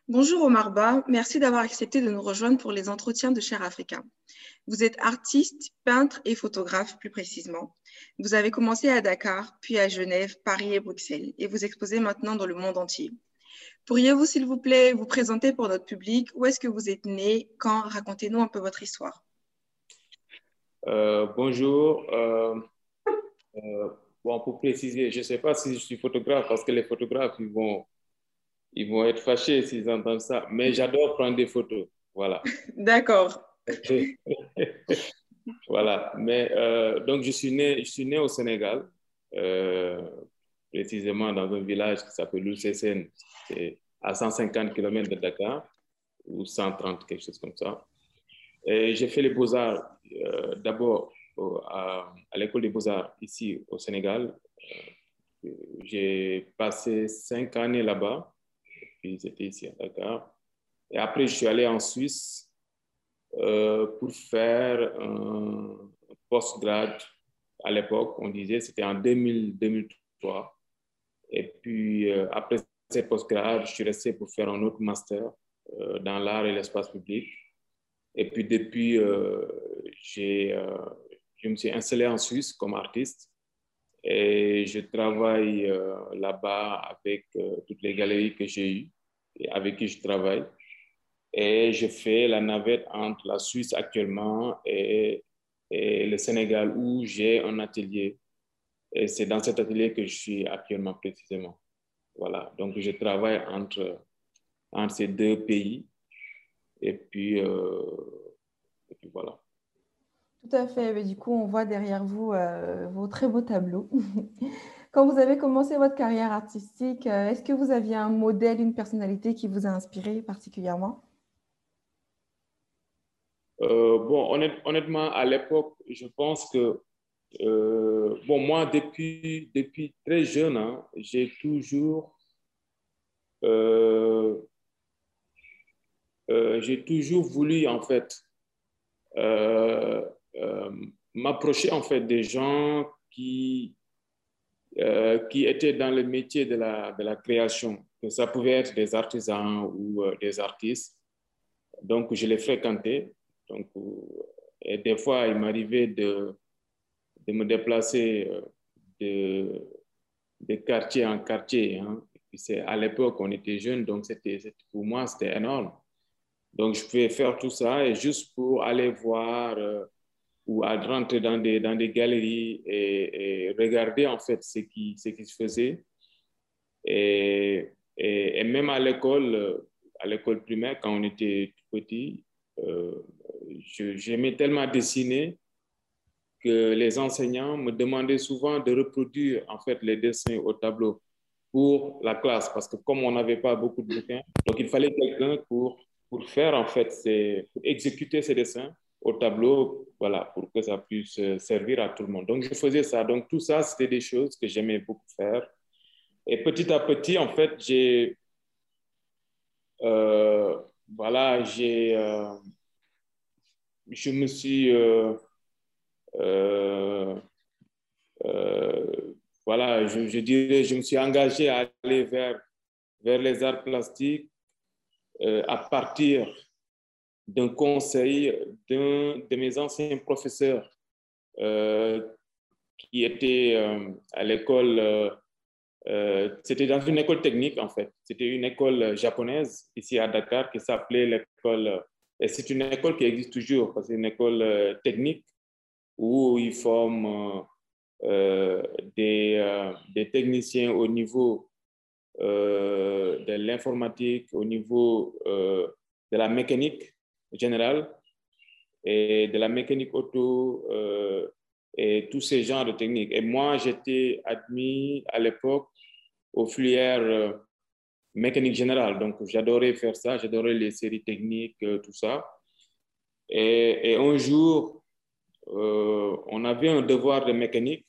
Bonjour Omar Ba, merci d'avoir accepté de nous rejoindre pour les entretiens de Cher Africa. Vous êtes artiste, peintre et photographe plus précisément. Vous avez commencé à Dakar, puis à Genève, Paris et Bruxelles, et vous exposez maintenant dans le monde entier. Pourriez-vous, s'il vous plaît, vous présenter pour notre public? Où est-ce que vous êtes né? Quand? Racontez-nous un peu votre histoire. Bonjour. Bon, pour préciser, je ne sais pas si je suis photographe parce que les photographes, ils vont être fâchés s'ils entendent ça, mais j'adore prendre des photos. Voilà. D'accord. Voilà. Mais donc, je suis né au Sénégal, euh, précisément dans un village qui s'appelle Loul-Sessène. C'est à 150 km de Dakar, ou 130, quelque chose comme ça. Et j'ai fait les beaux-arts d'abord à l'école des beaux-arts ici au Sénégal. J'ai passé 5 années là-bas, puis j'étais ici à Dakar. Et après, je suis allé en Suisse pour faire un post-grad. À l'époque, on disait, c'était en 2003. Et puis, après ces post-grad, je suis resté pour faire un autre master dans l'art et l'espace public. Et puis, depuis, je me suis installé en Suisse comme artiste et je travaille là-bas avec toutes les galeries que j'ai eues et avec qui je travaille. Et je fais la navette entre la Suisse actuellement et le Sénégal où j'ai un atelier. Et c'est dans cet atelier que je suis actuellement précisément. Voilà, donc je travaille entre ces deux pays. Et puis, voilà. Tout à fait. Mais du coup, on voit derrière vous vos très beaux tableaux. Quand vous avez commencé votre carrière artistique, est-ce que vous aviez un modèle, une personnalité qui vous a inspiré particulièrement? Bon, honnêtement, à l'époque, je pense que, bon, moi, depuis très jeune, hein, euh, j'ai toujours voulu, en fait, euh, euh, m'approcher, en fait, des gens qui étaient dans le métier de la création, que ça pouvait être des artisans ou des artistes. Donc, je les fréquentais. Donc, et des fois, il m'arrivait de me déplacer de quartier en quartier. Hein. À l'époque, on était jeunes, donc pour moi, c'était énorme. Donc, je pouvais faire tout ça et juste pour aller voir ou à rentrer dans des galeries et regarder en fait ce qui se faisait. Et même à l'école primaire, quand on était tout petit, euh, j'aimais tellement dessiner que les enseignants me demandaient souvent de reproduire en fait les dessins au tableau pour la classe, parce que comme on n'avait pas beaucoup de bouquins, donc il fallait quelqu'un pour faire en fait, pour exécuter ces dessins au tableau, voilà, pour que ça puisse servir à tout le monde. Donc je faisais ça. Donc tout ça, c'était des choses que j'aimais beaucoup faire. Et petit à petit, en fait, voilà, je me suis euh, euh, voilà, je dirais, je me suis engagé à aller vers les arts plastiques à partir d'un conseil d'un de mes anciens professeurs euh, qui était à l'école, c'était dans une école technique en fait. C'était une école japonaise ici à Dakar qui s'appelait l'école, et c'est une école qui existe toujours, parce que c'est une école technique où ils forment des techniciens au niveau de l'informatique, au niveau de la mécanique générale et de la mécanique auto et tous ces genres de techniques. Et moi, j'étais admis à l'époque aux filières mécanique générale. Donc, j'adorais faire ça, j'adorais les séries techniques, tout ça. Et un jour, on avait un devoir de mécanique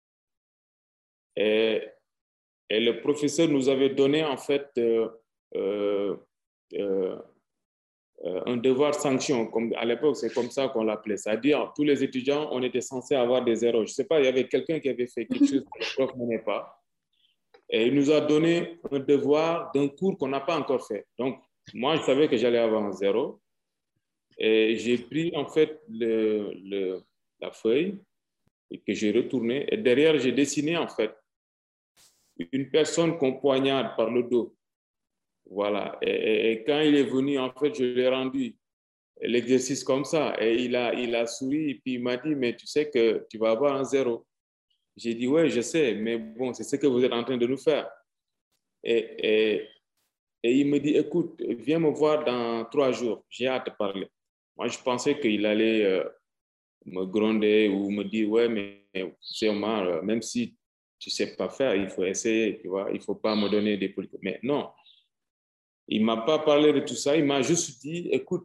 et Et le professeur nous avait donné en fait euh, euh, un devoir sanction. Comme à l'époque, c'est comme ça qu'on l'appelait. C'est-à-dire, tous les étudiants, on était censés avoir des erreurs. Je ne sais pas, il y avait quelqu'un qui avait fait quelque chose que le prof n'aimait pas. Et il nous a donné un devoir d'un cours qu'on n'a pas encore fait. Donc, moi, je savais que j'allais avoir un 0. Et j'ai pris en fait la feuille et que j'ai retournée. Et derrière, j'ai dessiné en fait une personne qu'on poignarde par le dos. Voilà. Et quand il est venu, en fait, je lui ai rendu l'exercice comme ça. Et il a souri et puis il m'a dit, mais tu sais que tu vas avoir un 0. J'ai dit, ouais, je sais, mais bon, c'est ce que vous êtes en train de nous faire. Et, et il me dit, écoute, viens me voir dans 3 jours. J'ai hâte de parler. Moi, je pensais qu'il allait me gronder ou me dire, ouais, mais c'est Omar, même si tu ne sais pas faire, il faut essayer, tu vois, il ne faut pas me donner des politiques. Mais non, il ne m'a pas parlé de tout ça. Il m'a juste dit, écoute,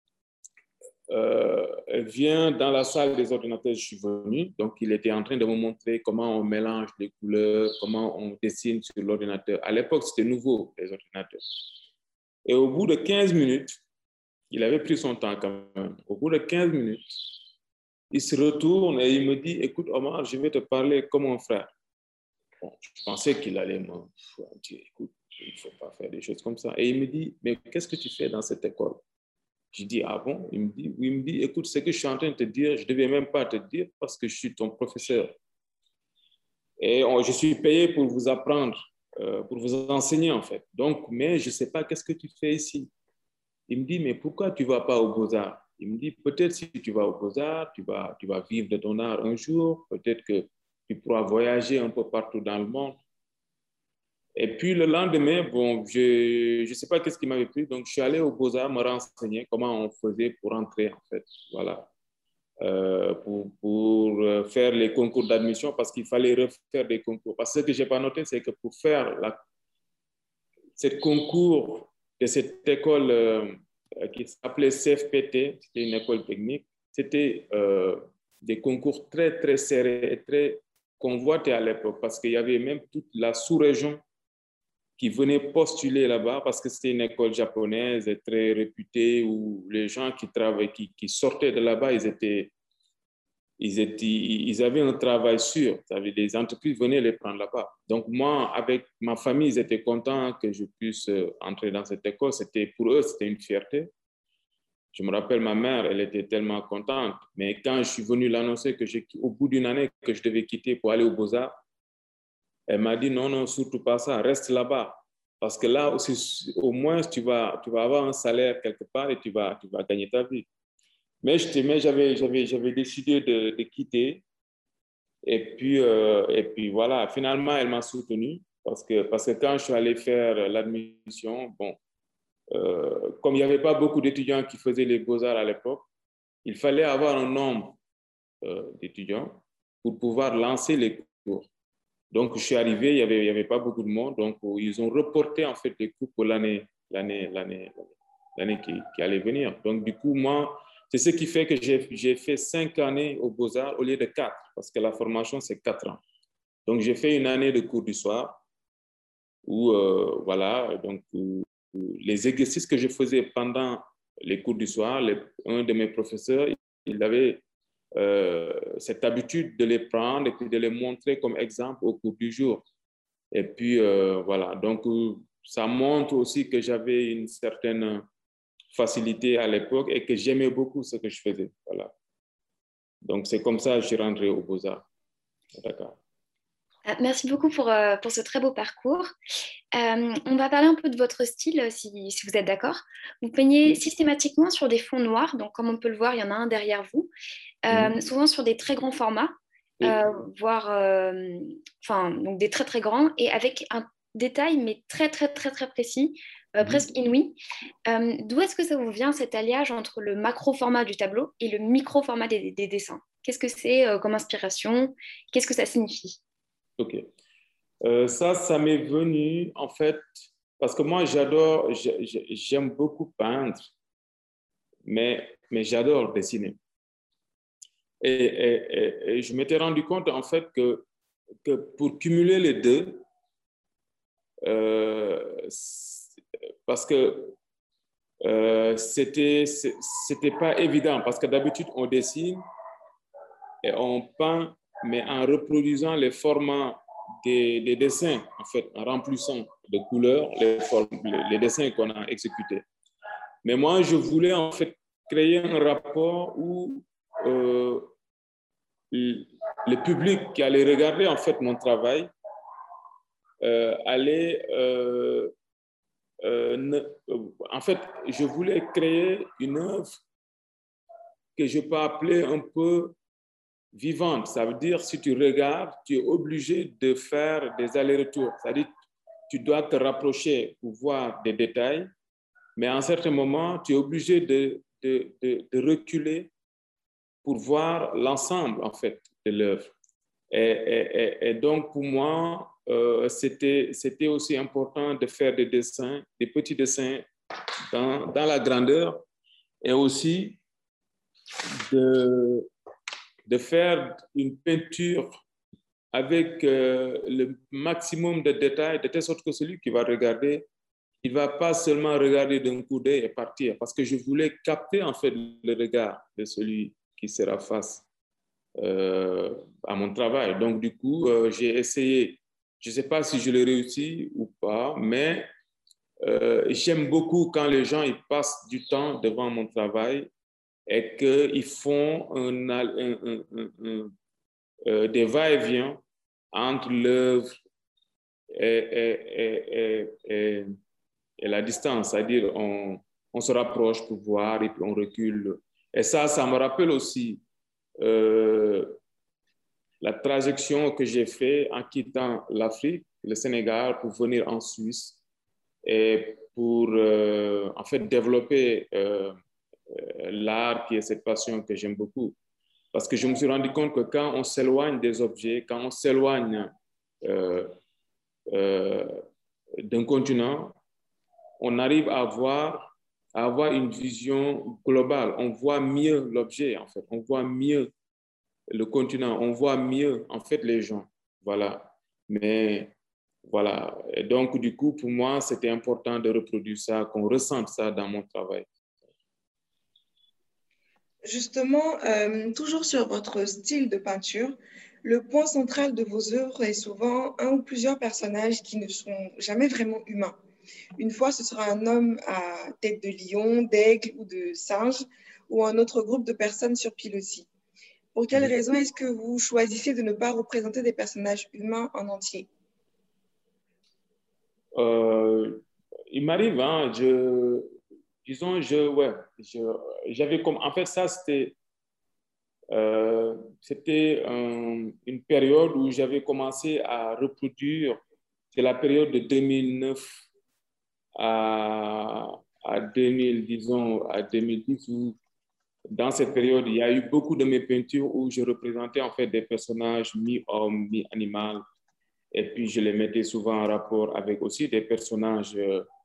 viens dans la salle des ordinateurs, je suis venu. Donc, il était en train de me montrer comment on mélange les couleurs, comment on dessine sur l'ordinateur. À l'époque, c'était nouveau, les ordinateurs. Et au bout de 15 minutes, il avait pris son temps quand même. Au bout de 15 minutes, il se retourne et il me dit, écoute Omar, je vais te parler comme un frère. Bon, je pensais qu'il allait me dire, écoute, il ne faut pas faire des choses comme ça. Et il me dit, mais qu'est-ce que tu fais dans cette école? Je dis, ah bon? Il me dit, oui, il me dit, écoute, ce que je suis en train de te dire, je ne devais même pas te dire parce que je suis ton professeur. Et je suis payé pour vous apprendre, pour vous enseigner en fait. Donc, mais je ne sais pas qu'est-ce que tu fais ici. Il me dit, mais pourquoi tu ne vas pas aux Beaux-Arts? Il me dit, peut-être si tu vas aux Beaux-Arts, tu vas vivre de ton art un jour, peut-être que tu pourras voyager un peu partout dans le monde. Et puis le lendemain, bon, je ne sais pas qu'est-ce qui m'avait pris, donc je suis allé aux Beaux-Arts me renseigner comment on faisait pour entrer, en fait, voilà, pour faire les concours d'admission, parce qu'il fallait refaire des concours. Parce que ce que je n'ai pas noté, c'est que pour faire ce concours de cette école qui s'appelait CFPT, c'était une école technique, c'était des concours très, très serrés et très convoités à l'époque, parce qu'il y avait même toute la sous-région qui venait postuler là-bas parce que c'était une école japonaise très réputée où les gens qui travaillaient, qui sortaient de là-bas, ils avaient un travail sûr. Les entreprises venaient les prendre là-bas. Donc moi, avec ma famille, ils étaient contents que je puisse entrer dans cette école. Pour eux, c'était une fierté. Je me rappelle, ma mère, elle était tellement contente. Mais quand je suis venu l'annoncer qu'au bout d'une année que je devais quitter pour aller aux Beaux-Arts, elle m'a dit non, non, surtout pas ça, reste là-bas. Parce que là, aussi, au moins, tu vas avoir un salaire quelque part et tu vas gagner ta vie. Mais j'avais décidé de quitter. Et puis voilà, finalement, elle m'a soutenu parce que quand je suis allé faire l'admission, bon, comme il n'y avait pas beaucoup d'étudiants qui faisaient les beaux-arts à l'époque, il fallait avoir un nombre d'étudiants pour pouvoir lancer les cours. Donc, je suis arrivé, il y avait pas beaucoup de monde, donc ils ont reporté en fait les cours pour l'année qui allait venir. Donc, du coup, moi, c'est ce qui fait que j'ai fait 5 années aux Beaux-Arts au lieu de 4, parce que la formation, c'est 4 ans. Donc, j'ai fait une année de cours du soir où, voilà, donc les exercices que je faisais pendant les cours du soir, un de mes professeurs, il avait cette habitude de les prendre et puis de les montrer comme exemple au cours du jour. Et puis, voilà, donc ça montre aussi que j'avais une certaine facilité à l'époque et que j'aimais beaucoup ce que je faisais. Voilà. Donc, c'est comme ça que je suis rentré aux Beaux-Arts. D'accord. Merci beaucoup pour ce très beau parcours. On va parler un peu de votre style, si vous êtes d'accord. Vous peignez systématiquement sur des fonds noirs, donc comme on peut le voir, il y en a un derrière vous, souvent sur des très grands formats, voire donc des très très grands, et avec un détail, mais très très très très précis, presque inouï. D'où est-ce que ça vous vient cet alliage entre le macro format du tableau et le micro format des dessins? Qu'est-ce que c'est comme inspiration? Qu'est-ce que ça signifie? Ok. Ça m'est venu, en fait, parce que moi, j'aime beaucoup peindre, mais j'adore dessiner. Et je m'étais rendu compte, en fait, que pour cumuler les deux, parce que c'était pas évident, parce que d'habitude, on dessine et on peint, mais en reproduisant les formats des dessins, en fait, en remplissant de couleurs, les dessins qu'on a exécutés. Mais moi, je voulais en fait créer un rapport où le public qui allait regarder en fait mon travail allait... en fait, je voulais créer une œuvre que je peux appeler un peu vivante. Ça veut dire, si tu regardes, tu es obligé de faire des allers-retours. C'est-à-dire, tu dois te rapprocher pour voir des détails, mais à un certain moment, tu es obligé de reculer pour voir l'ensemble, en fait, de l'œuvre. Et donc, pour moi, c'était aussi important de faire des dessins, des petits dessins dans la grandeur et aussi de faire une peinture avec le maximum de détails, de telle sorte que celui qui va regarder, il ne va pas seulement regarder d'un coup d'œil et partir, parce que je voulais capter en fait le regard de celui qui sera face à mon travail. Donc, du coup, j'ai essayé, je ne sais pas si je l'ai réussi ou pas, mais j'aime beaucoup quand les gens ils passent du temps devant mon travail et qu'ils font des va-et-vient entre l'œuvre et la distance, c'est-à-dire on se rapproche pour voir et puis on recule. Et ça me rappelle aussi la transaction que j'ai faite en quittant l'Afrique, le Sénégal, pour venir en Suisse et pour en fait développer l'art qui est cette passion que j'aime beaucoup. Parce que je me suis rendu compte que quand on s'éloigne des objets, quand on s'éloigne d'un continent, on arrive à avoir une vision globale. On voit mieux l'objet, en fait. On voit mieux le continent. On voit mieux, en fait, les gens. Voilà. Mais voilà. Et donc, du coup, pour moi, c'était important de reproduire ça, qu'on ressente ça dans mon travail. Justement, toujours sur votre style de peinture, le point central de vos œuvres est souvent un ou plusieurs personnages qui ne sont jamais vraiment humains. Une fois, ce sera un homme à tête de lion, d'aigle ou de singe, ou un autre groupe de personnes sur pilotis. Pour quelle raison est-ce que vous choisissez de ne pas représenter des personnages humains en entier? Il m'arrive, hein, j'avais comme, en fait, ça, c'était une période où j'avais commencé à reproduire, c'est la période de 2009 à 2000, disons, à 2010, où dans cette période, il y a eu beaucoup de mes peintures où je représentais en fait des personnages mi-homme, mi-animal, et puis je les mettais souvent en rapport avec aussi des personnages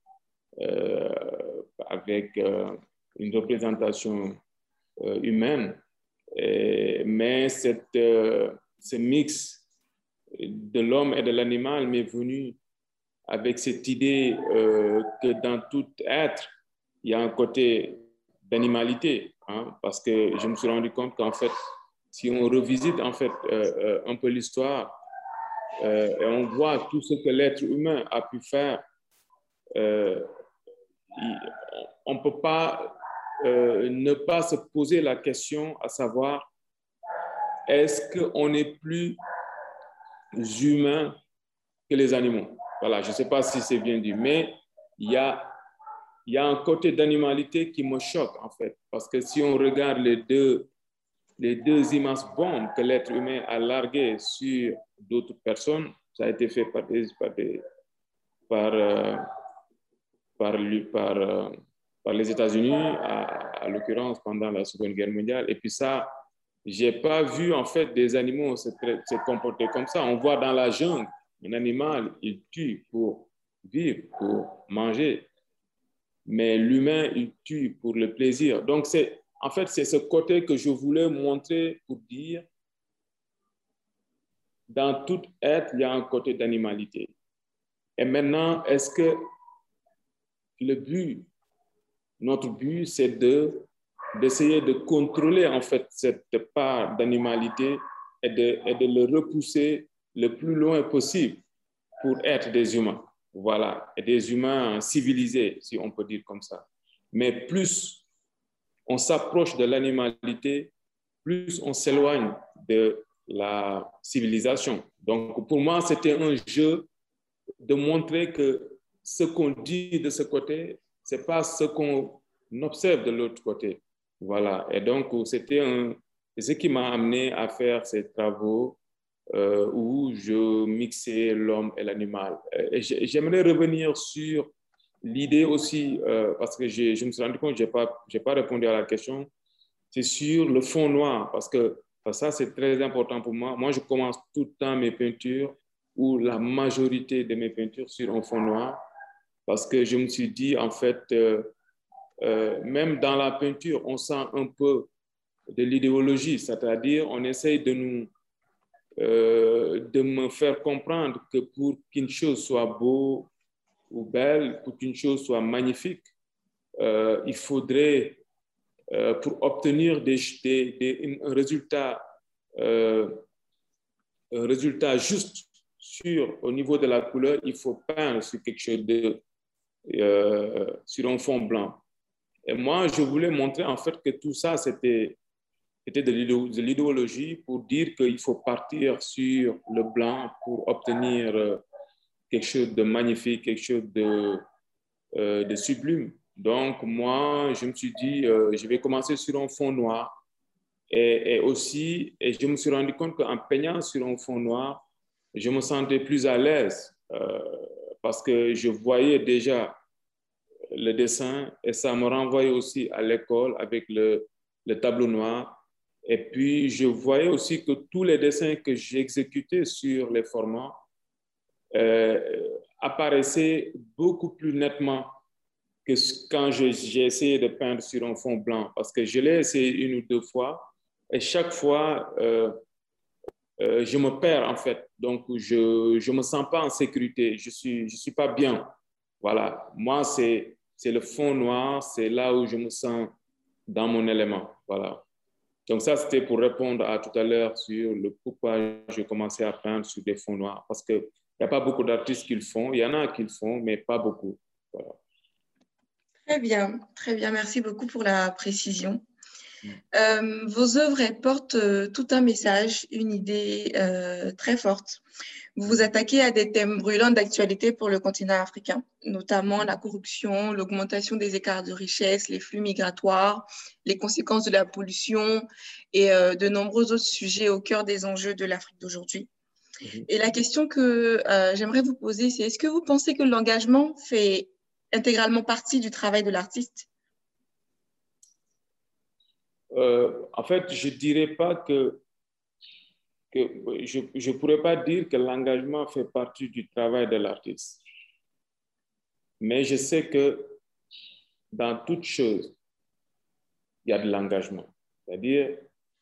avec une représentation humaine. Mais ce mix de l'homme et de l'animal m'est venu avec cette idée que dans tout être, il y a un côté d'animalité, hein, parce que je me suis rendu compte qu'en fait, si on revisite en fait un peu l'histoire et on voit tout ce que l'être humain a pu faire, on ne peut pas ne pas se poser la question à savoir est-ce qu'on est plus humain que les animaux? Voilà, je ne sais pas si c'est bien dit, mais il y a un côté d'animalité qui me choque, en fait, parce que si on regarde les deux immenses bombes que l'être humain a larguées sur d'autres personnes, ça a été fait par les États-Unis, à l'occurrence pendant la Seconde Guerre mondiale. Et puis ça, je n'ai pas vu en fait des animaux se comporter comme ça. On voit dans la jungle, un animal, il tue pour vivre, pour manger. Mais l'humain, il tue pour le plaisir. Donc, en fait, c'est ce côté que je voulais montrer pour dire, dans tout être, il y a un côté d'animalité. Et maintenant, est-ce que notre but, c'est d'essayer de contrôler en fait cette part d'animalité et de le repousser le plus loin possible pour être des humains. voilà, et des humains civilisés, si on peut dire comme ça. Mais plus on s'approche de l'animalité, plus on s'éloigne de la civilisation. Donc, pour moi, c'était un jeu de montrer que ce qu'on dit de ce côté, ce n'est pas ce qu'on observe de l'autre côté. Voilà. Et donc, c'était ce qui m'a amené à faire ces travaux où je mixais l'homme et l'animal. J'aimerais revenir sur l'idée aussi, parce que je me suis rendu compte que je n'ai pas répondu à la question, c'est sur le fond noir, parce que ça, c'est très important pour moi. Moi, je commence tout le temps mes peintures, ou la majorité de mes peintures, sur un fond noir, parce que je me suis dit, en fait, même dans la peinture, on sent un peu de l'idéologie, c'est-à-dire on essaye de me faire comprendre que pour qu'une chose soit beau ou belle, pour qu'une chose soit magnifique, il faudrait, pour obtenir un résultat juste au niveau de la couleur, il faut peindre sur quelque chose sur un fond blanc. Et moi, je voulais montrer en fait que tout ça, c'était de l'idéologie pour dire qu'il faut partir sur le blanc pour obtenir quelque chose de magnifique, quelque chose de sublime. Donc, moi, je me suis dit, je vais commencer sur un fond noir. Et aussi, je me suis rendu compte qu'en peignant sur un fond noir, je me sentais plus à l'aise parce que je voyais déjà le dessin et ça me renvoyait aussi à l'école avec le tableau noir. Et puis, je voyais aussi que tous les dessins que j'exécutais sur les formats apparaissaient beaucoup plus nettement que quand j'ai essayé de peindre sur un fond blanc, parce que je l'ai essayé une ou deux fois et chaque fois, je me perds en fait. Donc, je ne me sens pas en sécurité, je suis pas bien. Voilà, moi, c'est le fond noir, c'est là où je me sens dans mon élément. Voilà. Donc ça, c'était pour répondre à tout à l'heure sur le pourquoi j'ai commencé à peindre sur des fonds noirs. Parce qu'il n'y a pas beaucoup d'artistes qui le font. Il y en a qui le font, mais pas beaucoup. Voilà. Très bien, très bien. Merci beaucoup pour la précision. Vos œuvres elles portent tout un message, une idée très forte. Vous vous attaquez à des thèmes brûlants d'actualité pour le continent africain, notamment la corruption, l'augmentation des écarts de richesse, les flux migratoires, les conséquences de la pollution et de nombreux autres sujets au cœur des enjeux de l'Afrique d'aujourd'hui. Et la question que j'aimerais vous poser, c'est est-ce que vous pensez que l'engagement fait intégralement partie du travail de l'artiste? En fait, je ne dirais pas que je ne pourrais pas dire que l'engagement fait partie du travail de l'artiste. Mais je sais que dans toute chose, il y a de l'engagement. C'est-à-dire,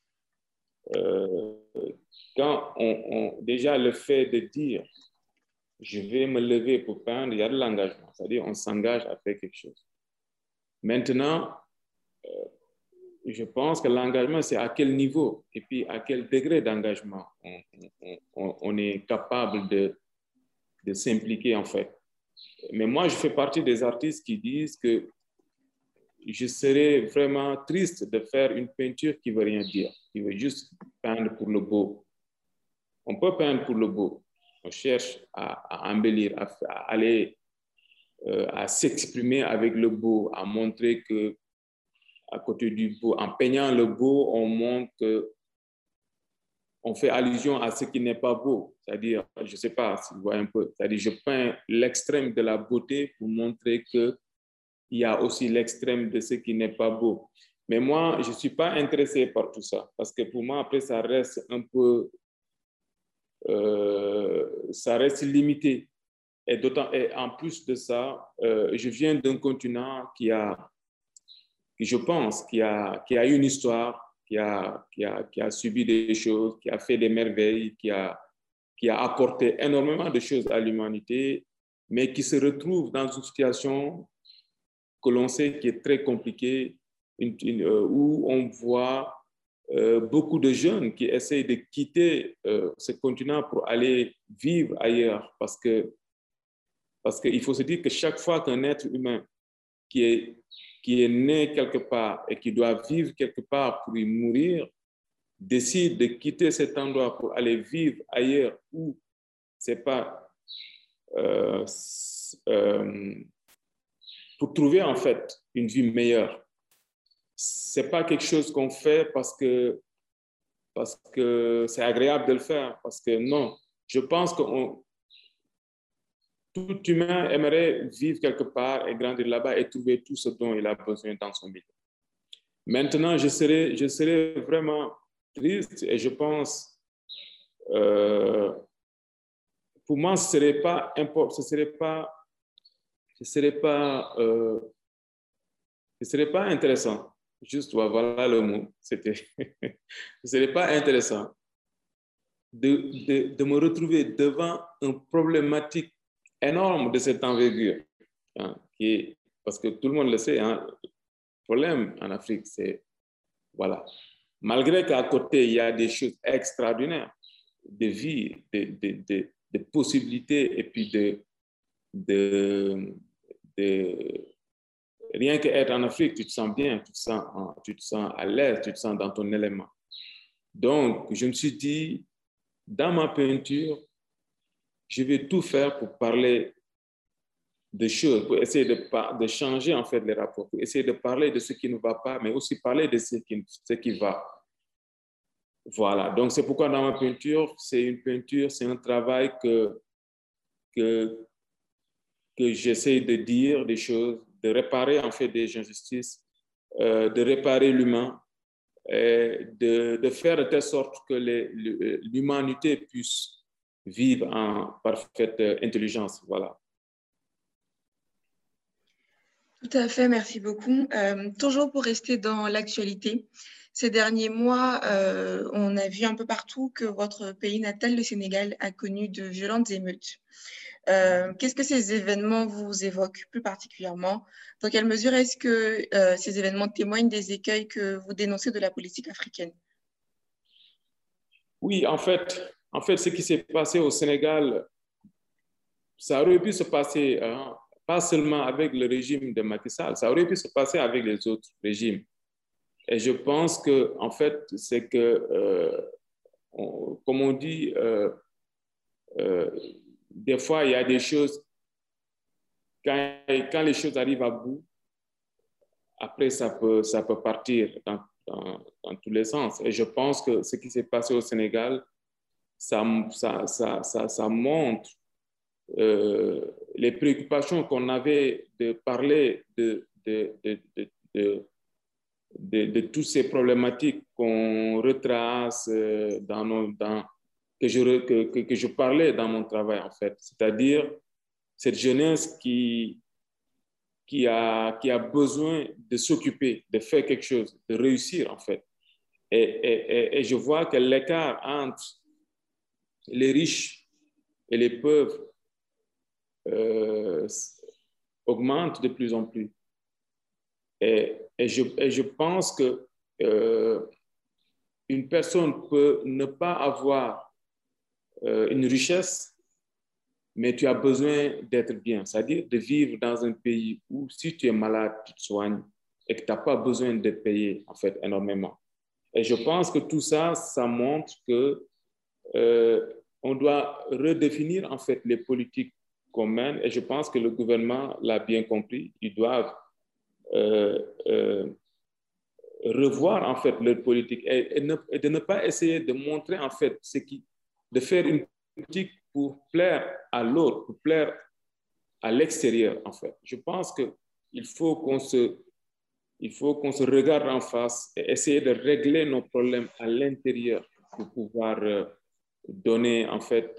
quand déjà le fait de dire je vais me lever pour peindre, il y a de l'engagement. C'est-à-dire, on s'engage à faire quelque chose. Maintenant, je pense que l'engagement, c'est à quel niveau et puis à quel degré d'engagement on est capable de s'impliquer, en fait. Mais moi, je fais partie des artistes qui disent que je serais vraiment triste de faire une peinture qui ne veut rien dire, qui veut juste peindre pour le beau. On peut peindre pour le beau. On cherche à embellir, à aller, à s'exprimer avec le beau, à montrer que à côté du beau, en peignant le beau, on montre que on fait allusion à ce qui n'est pas beau. C'est-à-dire, je ne sais pas si vous voyez un peu, c'est-à-dire je peins l'extrême de la beauté pour montrer qu'il y a aussi l'extrême de ce qui n'est pas beau. Mais moi, je ne suis pas intéressé par tout ça, parce que pour moi, après, ça reste un peu, ça reste limité. Et en plus de ça, je viens d'un continent qui je pense, qui a une histoire, qui a subi des choses, qui a fait des merveilles, qui a apporté énormément de choses à l'humanité, mais qui se retrouve dans une situation que l'on sait qui est très compliquée, où on voit beaucoup de jeunes qui essayent de quitter ce continent pour aller vivre ailleurs, parce que Parce qu'il faut se dire que chaque fois qu'un être humain qui est né quelque part et qui doit vivre quelque part pour y mourir, décide de quitter cet endroit pour aller vivre ailleurs où c'est pas pour trouver en fait une vie meilleure. C'est pas quelque chose qu'on fait parce que c'est agréable de le faire, parce que non, je pense que tout humain aimerait vivre quelque part et grandir là-bas et trouver tout ce dont il a besoin dans son milieu. Maintenant, je serais vraiment triste et je pense, pour moi, ce serait pas intéressant. Juste, voilà le mot. Ce serait pas intéressant de me retrouver devant une problématique énorme de cette envergure, hein, parce que tout le monde le sait, hein, le problème en Afrique, c'est, voilà, malgré qu'à côté, il y a des choses extraordinaires, de vie, de possibilités, et puis rien qu'être en Afrique, tu te sens bien, tu te sens à l'aise, tu te sens dans ton élément. Donc, je me suis dit, dans ma peinture, je vais tout faire pour parler de choses, pour essayer de changer en fait les rapports, pour essayer de parler de ce qui ne va pas, mais aussi parler de ce qui va. Voilà, donc c'est pourquoi dans ma peinture, c'est un travail que j'essaie de dire des choses, de réparer en fait des injustices, de réparer l'humain, et de faire de telle sorte que l'humanité puisse vivre en parfaite intelligence. Voilà. Tout à fait, merci beaucoup. Toujours pour rester dans l'actualité, ces derniers mois, on a vu un peu partout que votre pays natal, le Sénégal, a connu de violentes émeutes. Qu'est-ce que ces événements vous évoquent plus particulièrement? Dans quelle mesure est-ce que ces événements témoignent des écueils que vous dénoncez de la politique africaine? Oui, en fait, ce qui s'est passé au Sénégal, ça aurait pu se passer, hein, pas seulement avec le régime de Macky Sall, ça aurait pu se passer avec les autres régimes. Et je pense que, en fait, c'est que, comme on dit, des fois, il y a des choses, quand les choses arrivent à bout, après, ça peut partir dans tous les sens. Et je pense que ce qui s'est passé au Sénégal, ça montre les préoccupations qu'on avait de parler de toutes ces problématiques qu'on retrace que je parlais dans mon travail, en fait. C'est-à-dire cette jeunesse qui a besoin de s'occuper, de faire quelque chose, de réussir, en fait. Et je vois que l'écart entre les riches et les pauvres augmente de plus en plus. Et je pense que une personne peut ne pas avoir une richesse, mais tu as besoin d'être bien, c'est-à-dire de vivre dans un pays où si tu es malade, tu te soignes et que tu n'as pas besoin de payer en fait énormément. Et je pense que tout ça, ça montre que on doit redéfinir en fait les politiques qu'on mène, et je pense que le gouvernement l'a bien compris. Ils doivent revoir en fait leur politique et de ne pas essayer de montrer en fait de faire une politique pour plaire à l'autre, pour plaire à l'extérieur en fait. Je pense qu'il faut qu'on se regarde en face et essayer de régler nos problèmes à l'intérieur pour pouvoir donner en fait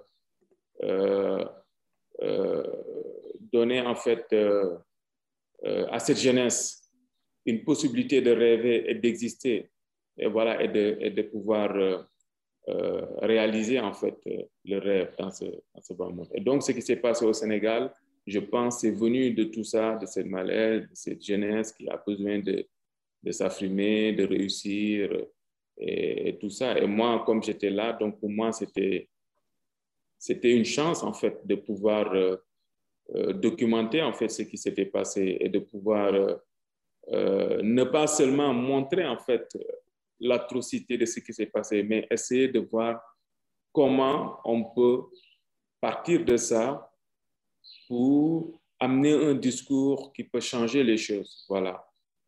à cette jeunesse une possibilité de rêver et d'exister, et voilà, et de pouvoir réaliser en fait le rêve dans ce bas monde. Et donc, ce qui s'est passé au Sénégal, je pense, c'est venu de tout ça, de cette malaise, de cette jeunesse qui a besoin de s'affirmer, de réussir et tout ça. Et moi, comme j'étais là, donc pour moi, c'était une chance en fait de pouvoir documenter en fait ce qui s'était passé et de pouvoir ne pas seulement montrer en fait l'atrocité de ce qui s'est passé, mais essayer de voir comment on peut partir de ça pour amener un discours qui peut changer les choses. Voilà.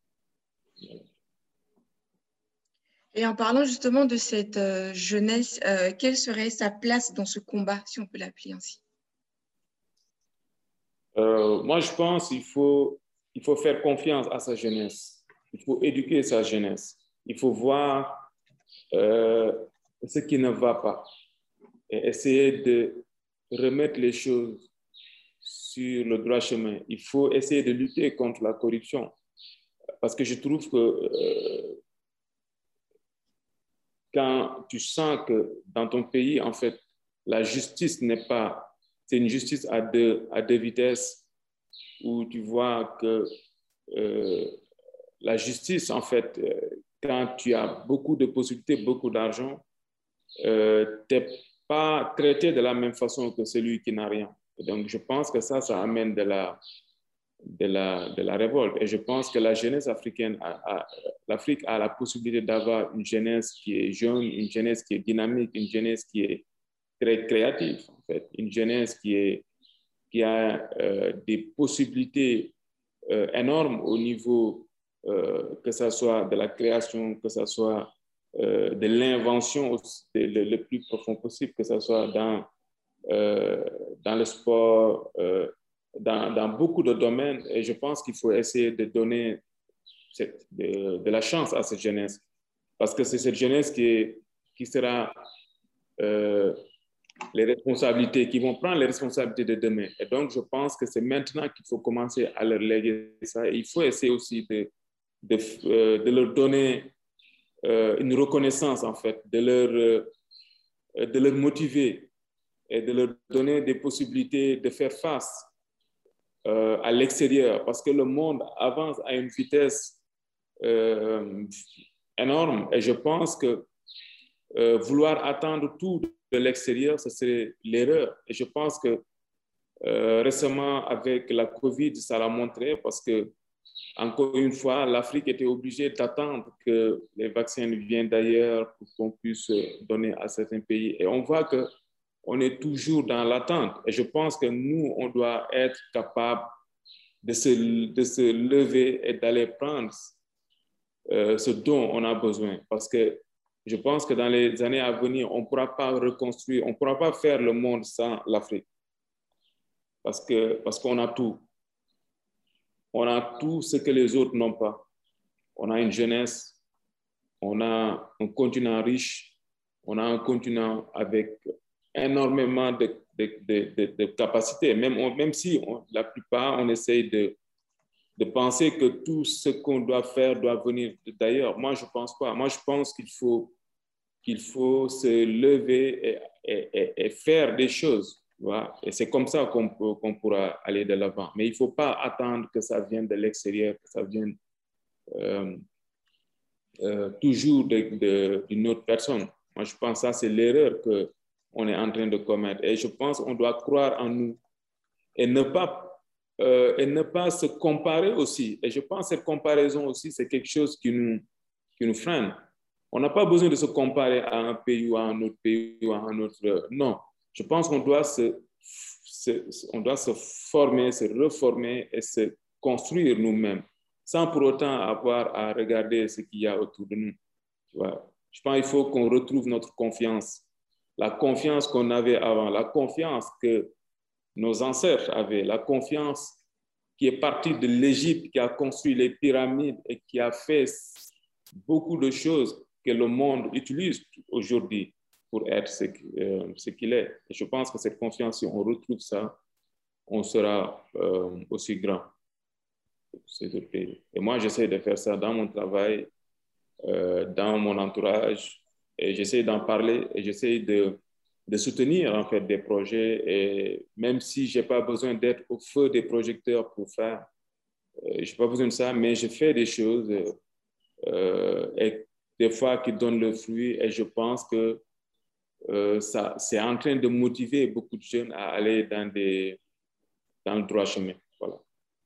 Et en parlant justement de cette jeunesse, quelle serait sa place dans ce combat, si on peut l'appeler ainsi? Moi, je pense qu'il faut faire confiance à sa jeunesse. Il faut éduquer sa jeunesse. Il faut voir ce qui ne va pas et essayer de remettre les choses sur le droit chemin. Il faut essayer de lutter contre la corruption parce que je trouve que quand tu sens que dans ton pays, en fait, la justice n'est pas... C'est une justice à deux vitesses où tu vois que la justice, en fait, quand tu as beaucoup de possibilités, beaucoup d'argent, tu n'es pas traité de la même façon que celui qui n'a rien. Et donc, je pense que ça amène de la révolte. Et je pense que la jeunesse africaine, l'Afrique a la possibilité d'avoir une jeunesse qui est jeune, une jeunesse qui est dynamique, une jeunesse qui est très créative, en fait, une jeunesse qui a des possibilités énormes au niveau que ce soit de la création, que ce soit de l'invention le plus profond possible, que ce soit dans le sport, dans beaucoup de domaines. Et je pense qu'il faut essayer de donner de la chance à cette jeunesse. Parce que c'est cette jeunesse qui sera les responsabilités, qui vont prendre les responsabilités de demain. Et donc, je pense que c'est maintenant qu'il faut commencer à leur léguer ça. Et il faut essayer aussi de leur donner une reconnaissance, en fait, de leur motiver et de leur donner des possibilités de faire face à l'extérieur, parce que le monde avance à une vitesse énorme. Et je pense que vouloir attendre tout de l'extérieur, ce serait l'erreur. Et je pense que récemment, avec la COVID, ça l'a montré, parce que, encore une fois, l'Afrique était obligée d'attendre que les vaccins viennent d'ailleurs pour qu'on puisse donner à certains pays. Et on voit qu'on est toujours dans l'attente. Et je pense que nous, on doit être capable de se lever et d'aller prendre ce dont on a besoin. Parce que je pense que dans les années à venir, on ne pourra pas reconstruire, on ne pourra pas faire le monde sans l'Afrique. Parce qu'on a tout. On a tout ce que les autres n'ont pas. On a une jeunesse, on a un continent riche, on a un continent avec énormément de capacités. Même si la plupart, on essaye de penser que tout ce qu'on doit faire doit venir d'ailleurs. Moi, je ne pense pas. Moi, je pense qu'il faut se lever et faire des choses. Voilà. Et c'est comme ça qu'on pourra aller de l'avant. Mais il ne faut pas attendre que ça vienne de l'extérieur, que ça vienne toujours d'une autre personne. Moi, je pense que ça, c'est l'erreur qu'on est en train de commettre. Et je pense qu'on doit croire en nous et ne pas se comparer aussi. Et je pense que cette comparaison aussi, c'est quelque chose qui nous freine. On n'a pas besoin de se comparer à un pays ou à un autre pays ou à un autre. Non, je pense qu'on doit on doit se former, se reformer et se construire nous-mêmes, sans pour autant avoir à regarder ce qu'il y a autour de nous. Voilà. Je pense qu'il faut qu'on retrouve notre confiance, la confiance qu'on avait avant, la confiance que nos ancêtres avaient, la confiance qui est partie de l'Égypte, qui a construit les pyramides et qui a fait beaucoup de choses que le monde utilise aujourd'hui pour être ce qu'il est. Et je pense que cette confiance, si on retrouve ça, on sera aussi grand. Et moi, j'essaie de faire ça dans mon travail, dans mon entourage, et j'essaie d'en parler, et j'essaie de soutenir en fait des projets, et même si je n'ai pas besoin d'être au feu des projecteurs pour faire, je n'ai pas besoin de ça, mais je fais des choses et des fois qui donnent le fruit, et je pense que ça, c'est en train de motiver beaucoup de jeunes à aller dans des dans le droit chemin. Voilà.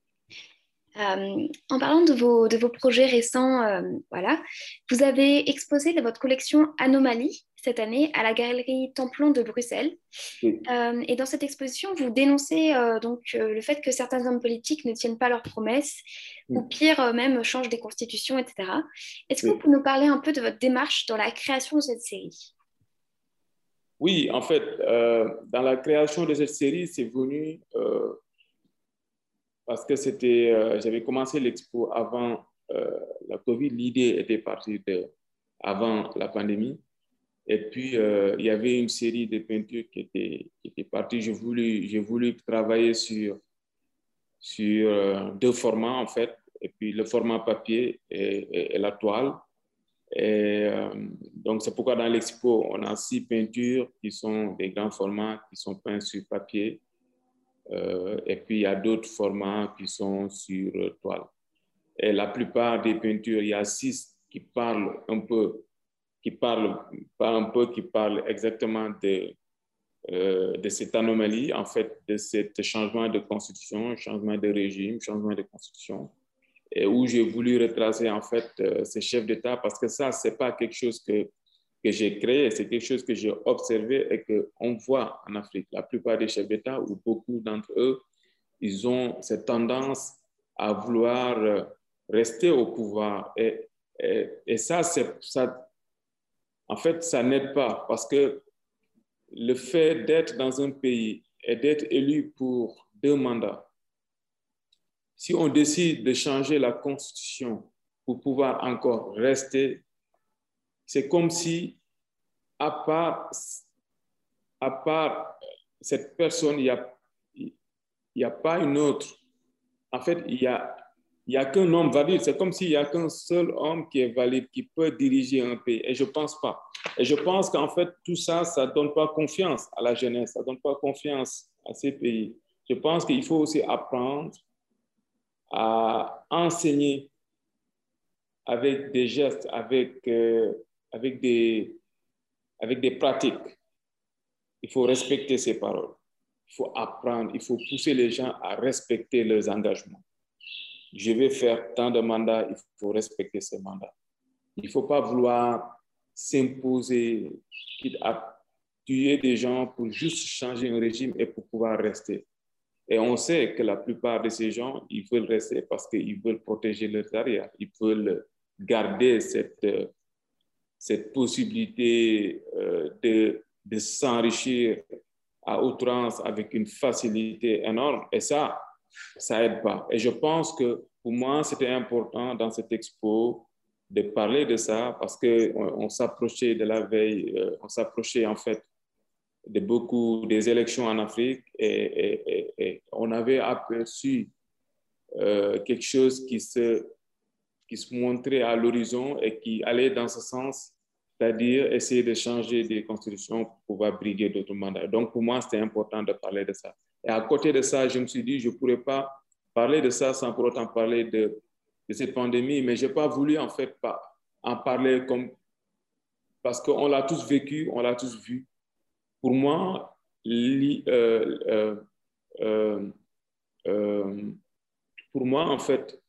En parlant de vos projets récents, voilà, vous avez exposé votre collection Anomalie cette année à la Galerie Templon de Bruxelles. Oui. Et dans cette exposition, vous dénoncez le fait que certains hommes politiques ne tiennent pas leurs promesses, ou pire, même changent des constitutions, etc. Est-ce que vous pouvez nous parler un peu de votre démarche dans la création de cette série? Oui, en fait, dans la création de cette série, c'est venu parce que j'avais commencé l'expo avant la Covid. L'idée était partie avant la pandémie. Et puis, il y avait une série de peintures qui était partie. J'ai voulu travailler sur deux formats, en fait. Et puis, le format papier et la toile. Et donc, c'est pourquoi dans l'expo, on a 6 peintures qui sont des grands formats, qui sont peints sur papier. Et puis, il y a d'autres formats qui sont sur toile. Et la plupart des peintures, il y a 6 qui parlent un peu, qui parlent exactement de cette anomalie, en fait, de ce changement de constitution, changement de régime, changement de constitution, et où j'ai voulu retracer, en fait, ces chefs d'État, parce que ça, c'est pas quelque chose que j'ai créé, c'est quelque chose que j'ai observé et qu'on voit en Afrique. La plupart des chefs d'État, ou beaucoup d'entre eux, ils ont cette tendance à vouloir rester au pouvoir. Et ça, en fait, ça n'aide pas, parce que le fait d'être dans un pays et d'être élu pour 2 mandats, si on décide de changer la constitution pour pouvoir encore rester, c'est comme si, à part cette personne, il n'y a pas une autre. En fait, il y a qu'un homme valide. C'est comme s'il n'y a qu'un seul homme qui est valide, qui peut diriger un pays. Et je ne pense pas. Et je pense qu'en fait, tout ça, ça ne donne pas confiance à la jeunesse, ça ne donne pas confiance à ces pays. Je pense qu'il faut aussi apprendre à enseigner avec des gestes, avec des pratiques. Il faut respecter ces paroles. Il faut apprendre, il faut pousser les gens à respecter leurs engagements. Je vais faire tant de mandats, il faut respecter ces mandats. Il ne faut pas vouloir s'imposer, quitte à tuer des gens pour juste changer un régime et pour pouvoir rester. Et on sait que la plupart de ces gens, ils veulent rester parce qu'ils veulent protéger leur carrière. Ils veulent garder cette possibilité de s'enrichir à outrance avec une facilité énorme. Et ça aide pas. Et je pense que pour moi, c'était important dans cette expo de parler de ça parce qu'on s'approchait de la veille, on s'approchait en fait de beaucoup des élections en Afrique et on avait aperçu quelque chose qui se montrait à l'horizon et qui allait dans ce sens, c'est-à-dire essayer de changer des constitutions pour pouvoir briguer d'autres mandats. Donc, pour moi, c'était important de parler de ça. Et à côté de ça, je me suis dit, je ne pourrais pas parler de ça sans pour autant parler de cette pandémie, mais je n'ai pas voulu en fait en parler parce qu'on l'a tous vécu, on l'a tous vu. Pour moi, en fait,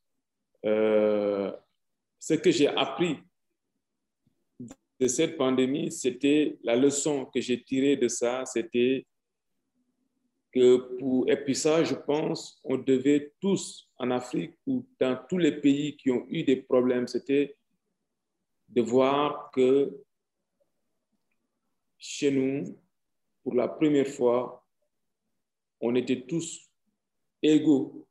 ce que j'ai appris de cette pandémie, c'était la leçon que j'ai tirée de ça, c'était que et puis ça, je pense, on devait tous en Afrique ou dans tous les pays qui ont eu des problèmes, c'était de voir que chez nous, pour la première fois, on était tous égaux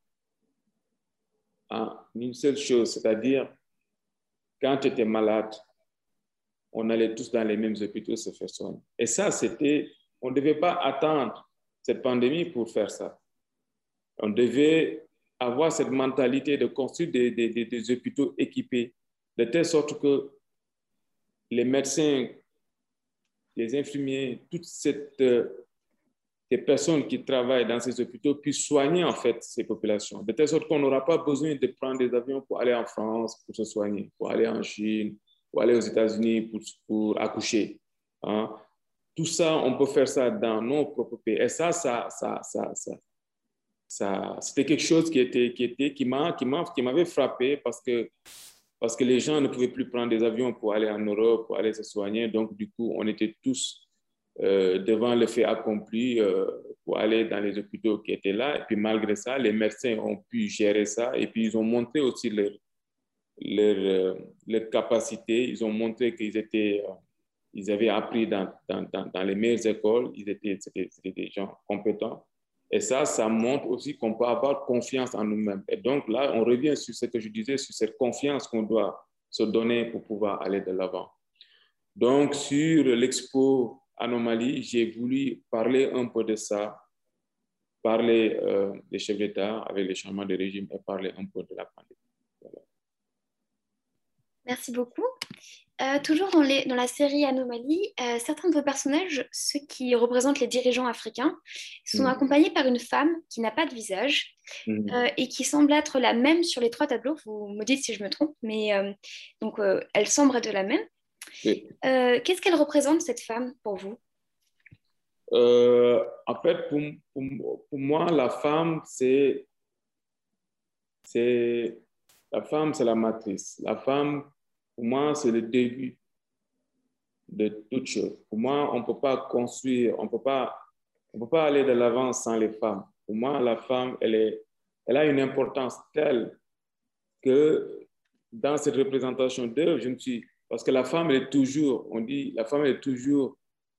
en une seule chose, c'est-à-dire quand tu étais malade, on allait tous dans les mêmes hôpitaux se faire soigner. Et ça, on ne devait pas attendre cette pandémie pour faire ça. On devait avoir cette mentalité de construire des hôpitaux équipés, de telle sorte que les médecins, les infirmiers, toutes ces personnes qui travaillent dans ces hôpitaux puissent soigner en fait ces populations, de telle sorte qu'on n'aura pas besoin de prendre des avions pour aller en France pour se soigner, pour aller en Chine, pour aller aux États-Unis pour accoucher. Hein? Tout ça, on peut faire ça dans nos propres pays. Et ça c'était quelque chose qui m'avait frappé parce que les gens ne pouvaient plus prendre des avions pour aller en Europe, pour aller se soigner. Donc, du coup, on était tous devant le fait accompli pour aller dans les hôpitaux qui étaient là. Et puis, malgré ça, les médecins ont pu gérer ça. Et puis, ils ont montré aussi leur capacité. Ils ont montré ils avaient appris dans les meilleures écoles. C'était des gens compétents. Et ça montre aussi qu'on peut avoir confiance en nous-mêmes. Et donc là, on revient sur ce que je disais, sur cette confiance qu'on doit se donner pour pouvoir aller de l'avant. Donc, sur l'expo Anomalie, j'ai voulu parler un peu de ça, parler des chefs d'État avec les changements de régime et parler un peu de la pandémie. Voilà. Merci beaucoup. Toujours dans la série Anomalie, certains de vos personnages, ceux qui représentent les dirigeants africains, sont accompagnés par une femme qui n'a pas de visage et qui semble être la même sur les 3 tableaux. Vous me dites si je me trompe, mais donc elle semble être la même. Oui. Qu'est-ce qu'elle représente, cette femme, pour vous? En fait, pour moi, la femme, c'est la matrice. La femme, pour moi, c'est le début de toute chose. Pour moi, on ne peut pas construire, on peut pas aller de l'avant sans les femmes. Pour moi, la femme, elle a une importance telle que dans cette représentation d'œuvre, parce que la femme, elle est toujours, on dit, la femme elle est toujours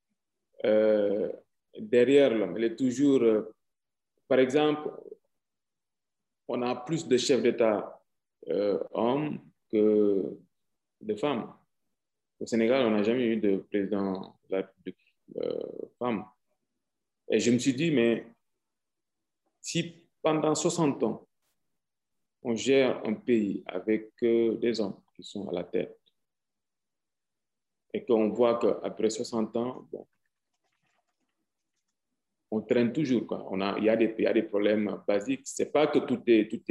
derrière l'homme. Elle est toujours, par exemple, on a plus de chefs d'État hommes que de femmes. Au Sénégal, on n'a jamais eu de président de la République femme. Et je me suis dit, mais si pendant 60 ans, on gère un pays avec des hommes qui sont à la tête et qu'on voit qu'après 60 ans, bon, on traîne toujours, quoi. Il y a des problèmes basiques. Ce n'est pas que tout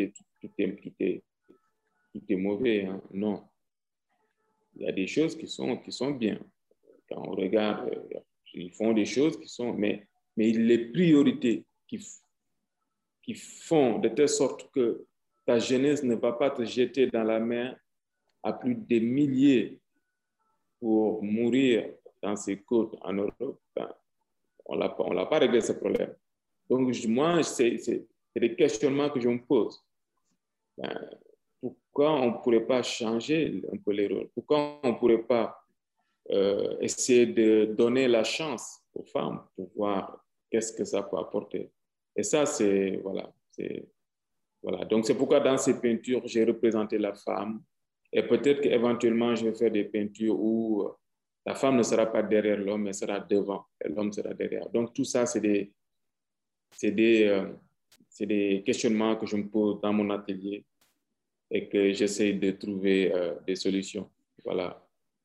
est mauvais, hein. Non. Il y a des choses qui sont bien. Quand on regarde, ils font des choses qui sont... Mais les priorités qui font de telle sorte que ta jeunesse ne va pas te jeter dans la mer à plus des milliers pour mourir dans ces côtes en Europe, ben, on l'a pas réglé ce problème. Donc, moi, c'est des questionnements que je me pose. Ben, pourquoi on ne pourrait pas changer un peu les rôles? Pourquoi on ne pourrait pas essayer de donner la chance aux femmes pour voir qu'est-ce que ça peut apporter? Et ça, voilà. Donc, c'est pourquoi dans ces peintures, j'ai représenté la femme. Et peut-être qu'éventuellement, je vais faire des peintures où la femme ne sera pas derrière l'homme, mais sera devant, et l'homme sera derrière. Donc, tout ça, c'est des questionnements que je me pose dans mon atelier et que j'essaie de trouver des solutions. Voilà.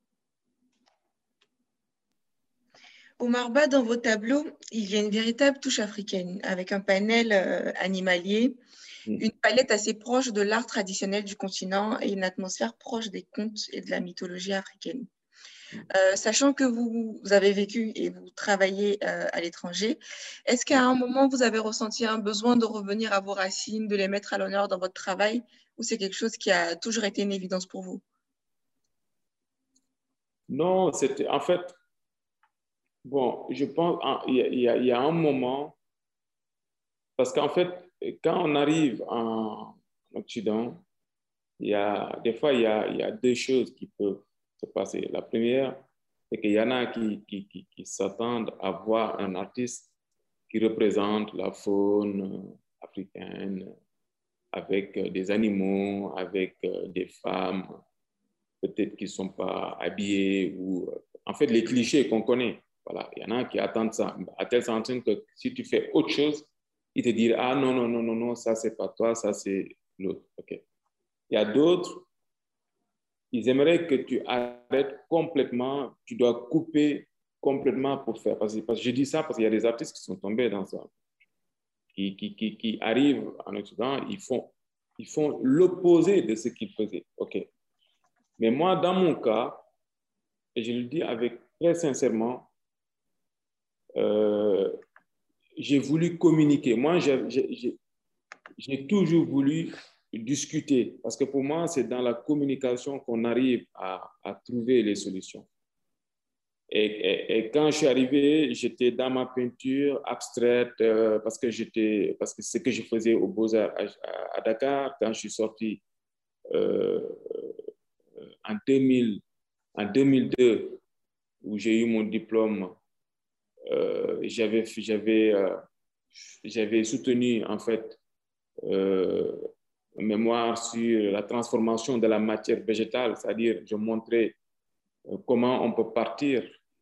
Omar Ba, dans vos tableaux, il y a une véritable touche africaine avec un panel animalier, une palette assez proche de l'art traditionnel du continent et une atmosphère proche des contes et de la mythologie africaine. Sachant que vous avez vécu et vous travaillez à l'étranger, est-ce qu'à un moment, vous avez ressenti un besoin de revenir à vos racines, de les mettre à l'honneur dans votre travail, ou c'est quelque chose qui a toujours été une évidence pour vous? Non, c'était en fait, bon, je pense il y a un moment, parce qu'en fait, quand on arrive en Occident, des fois, il y a 2 choses qui peuvent se passer. La première, c'est qu'il y en a qui s'attendent à voir un artiste qui représente la faune africaine avec des animaux, avec des femmes, peut-être qui ne sont pas habillées, ou en fait, les clichés qu'on connaît. Voilà, il y en a qui attendent ça, à telle sentence que si tu fais autre chose, ils te disent, ah non, non, non, non, non, ça, c'est pas toi, ça, c'est l'autre. OK. Il y a d'autres, ils aimeraient que tu arrêtes complètement, tu dois couper complètement pour faire. Parce que je dis ça parce qu'il y a des artistes qui sont tombés dans ça, qui arrivent en Occident, ils font l'opposé de ce qu'ils faisaient. OK. Mais moi, dans mon cas, et je le dis très sincèrement, j'ai voulu communiquer. Moi, j'ai toujours voulu discuter, parce que pour moi, c'est dans la communication qu'on arrive à trouver les solutions. Et quand je suis arrivé, j'étais dans ma peinture abstraite parce que c'est ce que je faisais aux Beaux-Arts à Dakar. Quand je suis sorti euh, en 2002, où j'ai eu mon diplôme, j'avais soutenu en fait un mémoire sur la transformation de la matière végétale, c'est-à-dire je montrais comment on peut partir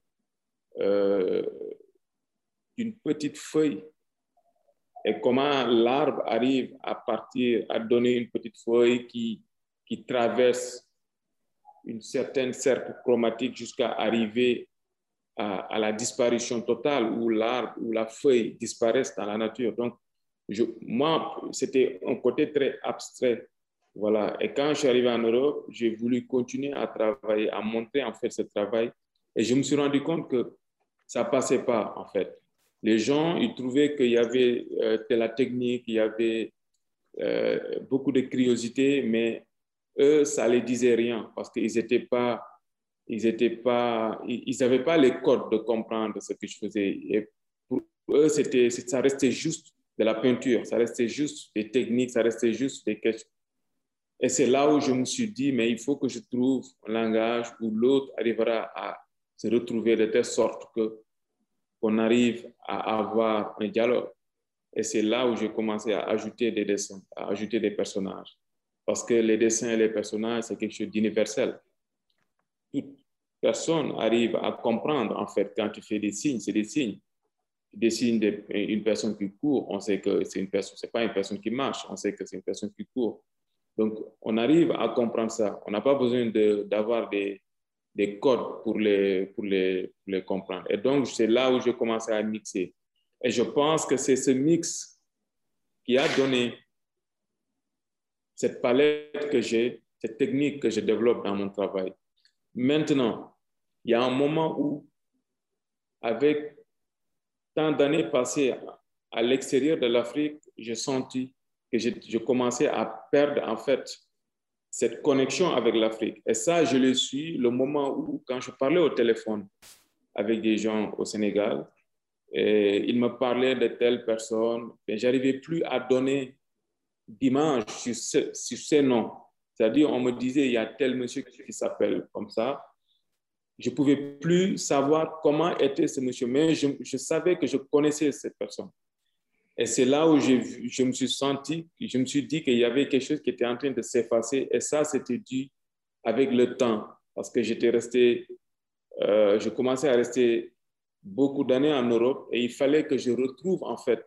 d'une petite feuille et comment l'arbre arrive à partir, à donner une petite feuille qui traverse une certaine cercle chromatique jusqu'à arriver à la disparition totale où l'arbre ou la feuille disparaissent dans la nature. Donc, moi, c'était un côté très abstrait. Voilà. Et quand je suis arrivé en Europe, j'ai voulu continuer à travailler, à montrer en fait ce travail. Et je me suis rendu compte que ça ne passait pas en fait. Les gens, ils trouvaient qu'il y avait de la technique, il y avait beaucoup de curiosité, mais eux, ça ne les disait rien parce qu'ils n'avaient pas les codes de comprendre ce que je faisais. Et pour eux, ça restait juste de la peinture, ça restait juste des techniques, ça restait juste des questions. Et c'est là où je me suis dit, mais il faut que je trouve un langage où l'autre arrivera à se retrouver de telle sorte qu'on arrive à avoir un dialogue. Et c'est là où j'ai commencé à ajouter des dessins, à ajouter des personnages. Parce que les dessins et les personnages, c'est quelque chose d'universel. Toute personne arrive à comprendre, en fait, quand tu fais des signes, c'est des signes. Tu dessines une personne qui court, on sait que c'est pas une personne qui marche, on sait que c'est une personne qui court. Donc, on arrive à comprendre ça. On n'a pas besoin d'avoir des codes pour les comprendre. Et donc, c'est là où j'ai commencé à mixer. Et je pense que c'est ce mix qui a donné cette palette que j'ai, cette technique que je développe dans mon travail. Maintenant, il y a un moment où, avec tant d'années passées à l'extérieur de l'Afrique, j'ai senti que je commençais à perdre en fait cette connexion avec l'Afrique. Et ça, je le suis le moment où, quand je parlais au téléphone avec des gens au Sénégal, et ils me parlaient de telles personnes, mais je n'arrivais plus à donner d'image sur ces noms. C'est-à-dire, on me disait, il y a tel monsieur qui s'appelle comme ça. Je ne pouvais plus savoir comment était ce monsieur, mais je savais que je connaissais cette personne. Et c'est là où je me suis dit qu'il y avait quelque chose qui était en train de s'effacer. Et ça, c'était dû avec le temps, parce que je commençais à rester beaucoup d'années en Europe et il fallait que je retrouve en fait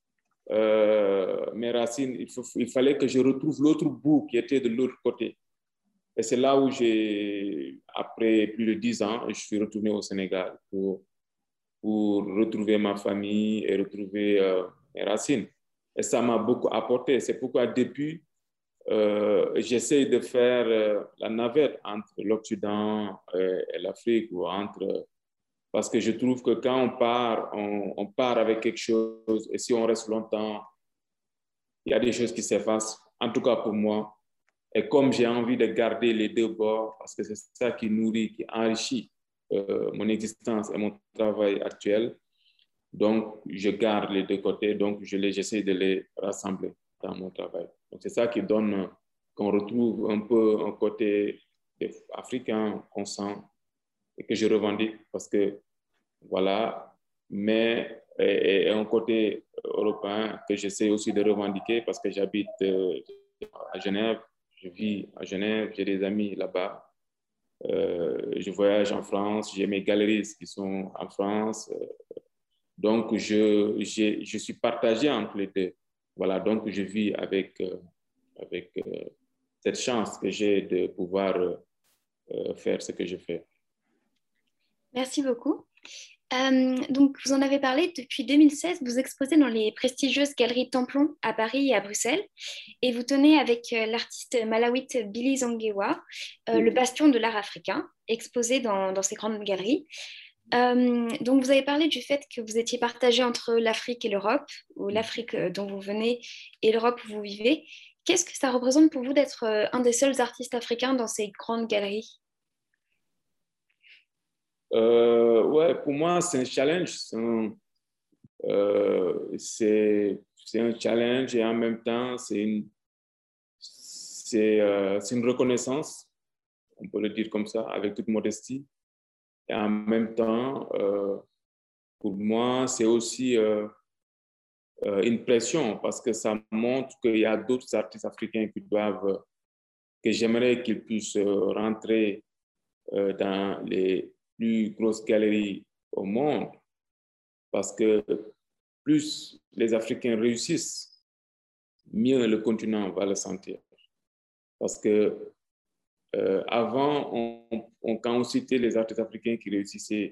mes racines. Il fallait que je retrouve l'autre bout qui était de l'autre côté. Et c'est là où après plus de 10 ans, je suis retourné au Sénégal pour retrouver ma famille et retrouver mes racines. Et ça m'a beaucoup apporté. C'est pourquoi depuis, j'essaie de faire la navette entre l'Occident et l'Afrique, parce que je trouve que quand on part avec quelque chose, et si on reste longtemps, il y a des choses qui s'effacent, en tout cas pour moi. Et comme j'ai envie de garder les deux bords, parce que c'est ça qui nourrit, qui enrichit mon existence et mon travail actuel, donc je garde les deux côtés, donc j'essaie de les rassembler dans mon travail. Donc c'est ça qui donne qu'on retrouve un peu un côté africain qu'on sent et que je revendique parce que voilà, mais et un côté européen que j'essaie aussi de revendiquer parce que j'habite à Genève. Je vis à Genève, j'ai des amis là-bas. Je voyage en France, j'ai mes galeries qui sont en France. Donc, je suis partagé entre les deux. Voilà, donc je vis avec cette chance que j'ai de pouvoir faire ce que je fais. Merci beaucoup. Donc, vous en avez parlé, depuis 2016, vous exposez dans les prestigieuses galeries Templon à Paris et à Bruxelles, et vous tenez avec l'artiste malawite Billy Zangewa, le bastion de l'art africain, exposé dans ces grandes galeries. Donc, vous avez parlé du fait que vous étiez partagé entre l'Afrique et l'Europe, ou l'Afrique dont vous venez et l'Europe où vous vivez. Qu'est-ce que ça représente pour vous d'être un des seuls artistes africains dans ces grandes galeries? Ouais, pour moi, c'est un challenge. C'est un challenge et en même temps, c'est une reconnaissance, on peut le dire comme ça, avec toute modestie. Et en même temps, pour moi, c'est aussi une pression parce que ça montre qu'il y a d'autres artistes africains que j'aimerais qu'ils puissent rentrer dans les plus grosses galeries au monde parce que plus les Africains réussissent, mieux le continent va le sentir. Parce que avant, quand on citait les artistes africains qui réussissaient,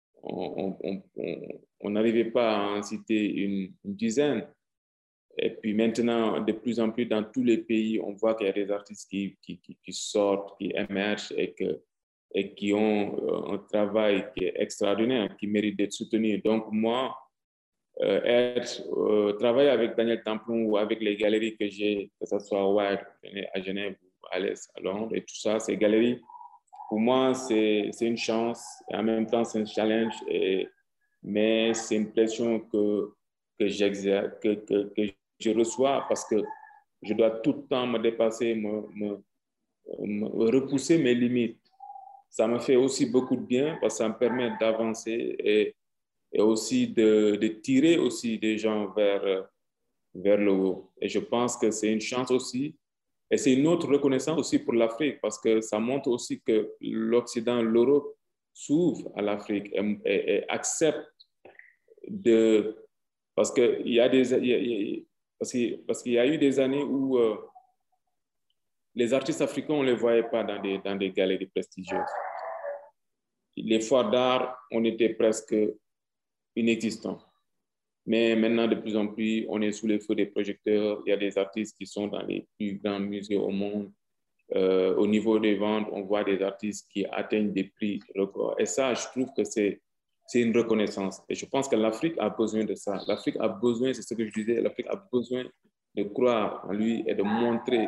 on n'arrivait pas à en citer une dizaine. Et puis maintenant, de plus en plus, dans tous les pays, on voit qu'il y a des artistes qui sortent, qui émergent et qui ont un travail qui est extraordinaire, qui mérite d'être soutenu. Donc moi, travailler avec Daniel Tamplon ou avec les galeries que j'ai, que ce soit à Genève ou à l'Est, à Londres et tout ça, ces galeries, pour moi, c'est une chance et en même temps, c'est un challenge, mais c'est une pression que j'exerce, que je reçois parce que je dois tout le temps me dépasser, me repousser mes limites. Ça me fait aussi beaucoup de bien parce que ça me permet d'avancer et aussi de tirer aussi des gens vers le haut. Et je pense que c'est une chance aussi. Et c'est une autre reconnaissance aussi pour l'Afrique parce que ça montre aussi que l'Occident, l'Europe s'ouvre à l'Afrique et accepte de... Parce qu'il y a parce qu'il y a eu des années où les artistes africains, on ne les voyait pas dans des galeries prestigieuses. Les foires d'art, on était presque inexistants. Mais maintenant, de plus en plus, on est sous les feux des projecteurs. Il y a des artistes qui sont dans les plus grands musées au monde. Au niveau des ventes, on voit des artistes qui atteignent des prix records. Et ça, je trouve que c'est une reconnaissance. Et je pense que l'Afrique a besoin de ça. L'Afrique a besoin, c'est ce que je disais, l'Afrique a besoin de croire en lui et de montrer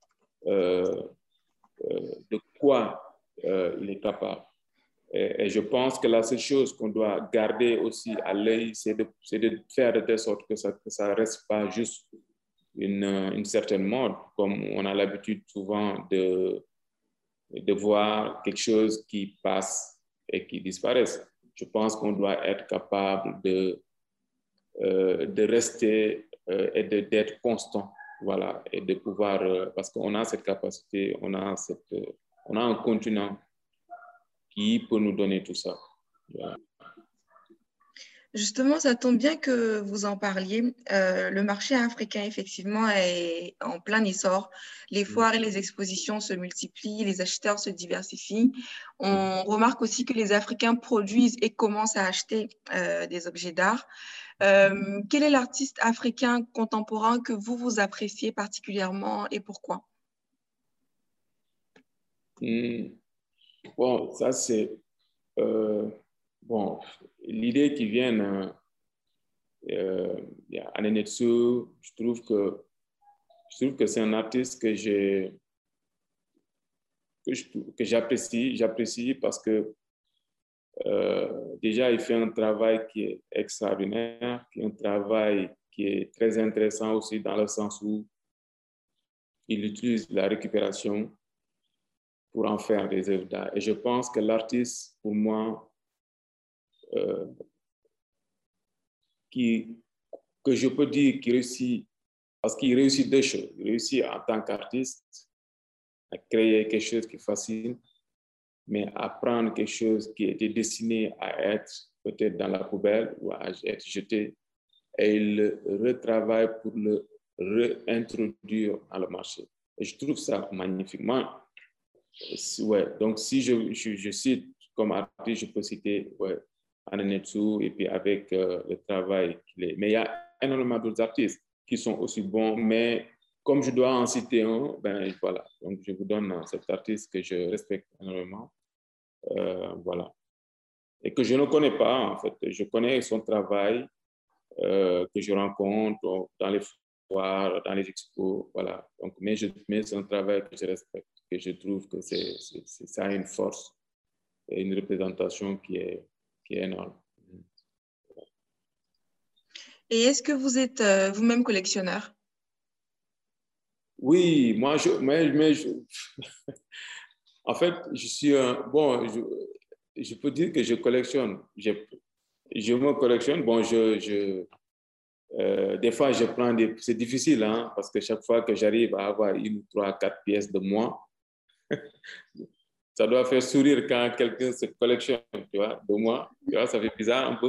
de quoi il est capable. Et je pense que la seule chose qu'on doit garder aussi à l'œil, c'est de faire de telle sorte que ça ne reste pas juste une certaine mode, comme on a l'habitude souvent de voir quelque chose qui passe et qui disparaisse. Je pense qu'on doit être capable de rester et d'être constant, voilà, et de pouvoir, parce qu'on a cette capacité, on a un continent qui peut nous donner tout ça. Voilà. Justement, ça tombe bien que vous en parliez. Le marché africain, effectivement, est en plein essor. Les foires et les expositions se multiplient, les acheteurs se diversifient. On remarque aussi que les Africains produisent et commencent à acheter des objets d'art. Quel est l'artiste africain contemporain que vous appréciez particulièrement et pourquoi? Bon, ça c'est... bon, l'idée qui vient, il y a Anenetsu, je trouve que c'est un artiste que j'apprécie parce que déjà il fait un travail qui est extraordinaire, qui est un travail qui est très intéressant aussi dans le sens où il utilise la récupération pour en faire des œuvres d'art. Et je pense que l'artiste, pour moi, que je peux dire qu'il réussit, parce qu'il réussit deux choses. Il réussit en tant qu'artiste à créer quelque chose qui fascine, mais à prendre quelque chose qui était destiné à être peut-être dans la poubelle ou à être jeté, et il le retravaille pour le réintroduire dans le marché. Et je trouve ça magnifiquement. Ouais, donc si je cite comme artiste, je peux citer Anenetsu et puis avec le travail qu'il est. Mais il y a énormément d'autres artistes qui sont aussi bons, mais comme je dois en citer un, ben voilà. Donc je vous donne cet artiste que je respecte énormément. Voilà. et que je ne connais pas, en fait. Je connais son travail que je rencontre dans les foires, dans les expos, voilà. Donc, mais c'est un travail que je respecte, que je trouve que ça a une force et une représentation qui est énorme. Et est-ce que vous êtes vous-même collectionneur? Oui, moi, en fait, je suis bon, je peux dire que je collectionne. Je me collectionne. Bon, des fois, je prends des... C'est difficile, hein, parce que chaque fois que j'arrive à avoir 1, 3, 4 pièces de moi, ça doit faire sourire quand quelqu'un se collectionne, tu vois, de moi. Tu vois, ça fait bizarre un peu.